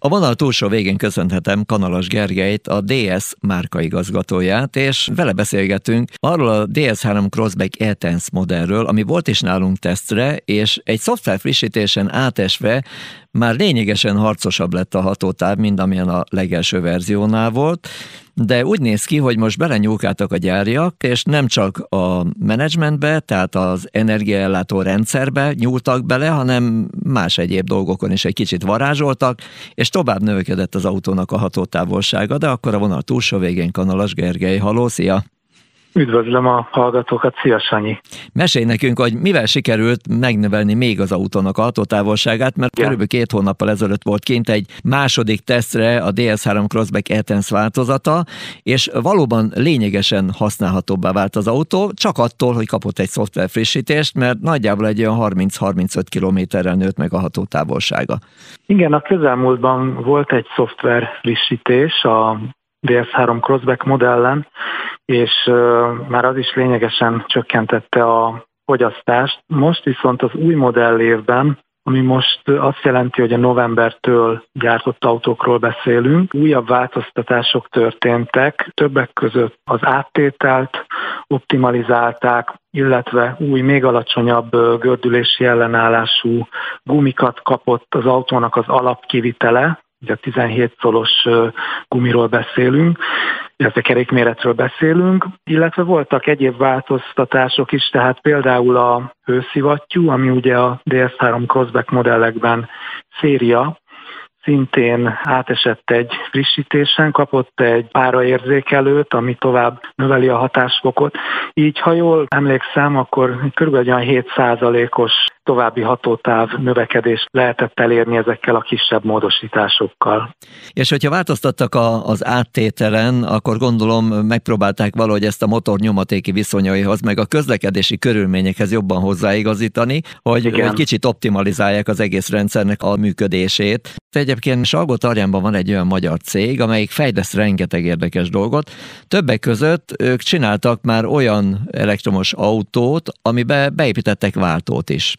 A vonal túlsó végén köszönhetem Kanalas Gergelyt, a DS márkaigazgatóját, és vele beszélgetünk arról a DS3 Crossback E-Tense modellről, ami volt is nálunk tesztre, és egy szoftver frissítésen átesve már lényegesen harcosabb lett a hatótáv, mint amilyen a legelső verziónál volt, de úgy néz ki, hogy most belenyúlkáltak a gyáriak, és nem csak a menedzsmentbe, tehát az energiaellátó rendszerbe nyúltak bele, hanem más egyéb dolgokon is egy kicsit varázsoltak, és tovább növekedett az autónak a hatótávolsága, de akkor a vonal túlsó végén Kanalas Gergely. Halló, szia! Üdvözlöm a hallgatókat, szia Sanyi! Mesélj nekünk, hogy mivel sikerült megnövelni még az autónak a hatótávolságát, mert körülbelül 2 hónappal ezelőtt volt kint egy második tesztre a DS3 Crossback E-Tense változata, és valóban lényegesen használhatóbbá vált az autó, csak attól, hogy kapott egy szoftver frissítést, mert nagyjából egy olyan 30-35 kilométerrel nőtt meg a hatótávolsága. Igen, a közelmúltban volt egy szoftver frissítés a DS3 Crossback modellen, és már az is lényegesen csökkentette a fogyasztást. Most viszont az új modellévben, ami most azt jelenti, hogy a novembertől gyártott autókról beszélünk, újabb változtatások történtek, többek között az áttételt optimalizálták, illetve új, még alacsonyabb gördülési ellenállású gumikat kapott az autónak az alapkivitele, ugye 17 szolos gumiról beszélünk, illetve kerékméretről beszélünk, illetve voltak egyéb változtatások is, tehát például a hőszivattyú, ami ugye a DS3 Crossback modellekben széria, szintén átesett egy frissítésen, kapott egy páraérzékelőt, ami tovább növeli a hatásfokot. Így, ha jól emlékszem, akkor körülbelül olyan 7%-os további hatótáv növekedést lehetett elérni ezekkel a kisebb módosításokkal. És hogyha változtattak az áttételen, akkor gondolom megpróbálták valahogy ezt a motor nyomatéki viszonyaihoz, meg a közlekedési körülményekhez jobban hozzáigazítani, hogy kicsit optimalizálják az egész rendszernek a működését. Egyébként Salgótarjánban van egy olyan magyar cég, amelyik fejleszt rengeteg érdekes dolgot. Többek között ők csináltak már olyan elektromos autót, amiben beépítettek váltót is.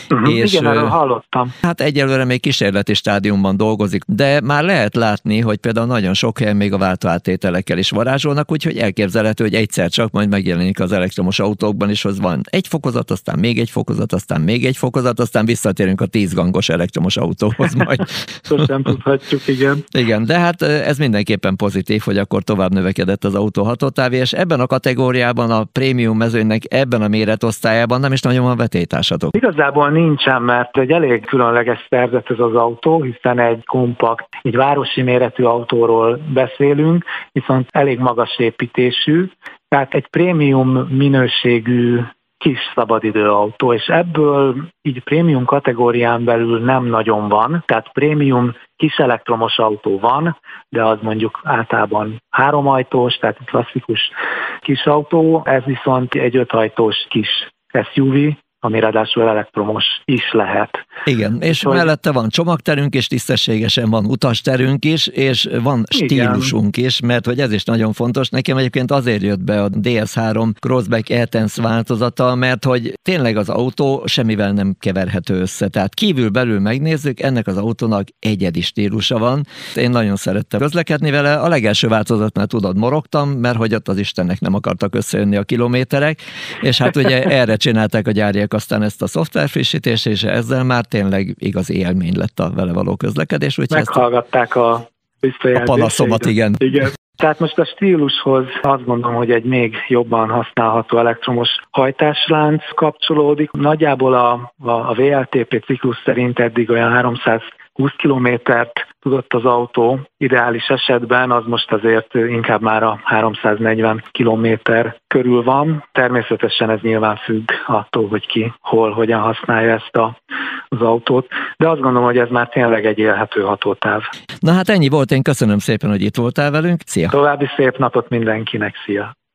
És igen, erről hallottam. Hát egyelőre még kísérleti stádiumban dolgozik, de már lehet látni, hogy például nagyon sok helyen még a váltóáttételekkel is varázsolnak, úgyhogy elképzelhető, hogy egyszer csak majd megjelenik az elektromos autókban is, hogy van egy fokozat, aztán még egy fokozat, aztán még egy fokozat, aztán visszatérünk a 10 gangos elektromos autóhoz majd. Sosem tudhatjuk, igen. Igen, de hát ez mindenképpen pozitív, hogy akkor tovább növekedett az autó hatótávja, és ebben a kategóriában a prémium mezőnynek ebben a méretosztályában nem is nagyon van vetélytársatok. Igazából nincsen, mert egy elég különleges szerzet ez az autó, hiszen egy kompakt, egy városi méretű autóról beszélünk, viszont elég magas építésű, tehát egy prémium minőségű kis szabadidőautó, és ebből így prémium kategórián belül nem nagyon van, tehát prémium kis elektromos autó van, de az mondjuk általában 3 ajtós, tehát klasszikus kis autó, ez viszont egy 5 ajtós kis SUV, ami ráadásul elektromos is lehet. Igen, és mellette van csomagterünk is, tisztességesen van utasterünk is, és van stílusunk is, mert hogy ez is nagyon fontos. Nekem egyébként azért jött be a DS3 Crossback E-Tense változata, mert hogy tényleg az autó semmivel nem keverhető össze. Tehát kívül-belül megnézzük, ennek az autónak egyedi stílusa van. Én nagyon szerettem közlekedni vele. A legelső változatnál tudod, morogtam, mert hogy ott az Istennek nem akartak összejönni a kilométerek, és hát ugye erre csinálták a gyáriak aztán ezt a szoftver frissítést, és ezzel már tényleg igazi élmény lett a vele való közlekedés. Meghallgatták a visszajelzéseidet. A panaszomat, igen. Tehát most a stílushoz azt gondolom, hogy egy még jobban használható elektromos hajtáslánc kapcsolódik. Nagyjából a VLTP ciklus szerint eddig olyan 320 kilométert tudott az autó, ideális esetben az most azért inkább már a 340 kilométer körül van. Természetesen ez nyilván függ attól, hogy ki, hol, hogyan használja ezt az autót, de azt gondolom, hogy ez már tényleg egy élhető hatótáv. Na hát ennyi volt, én köszönöm szépen, hogy itt voltál velünk. Szia! További szép napot mindenkinek, szia!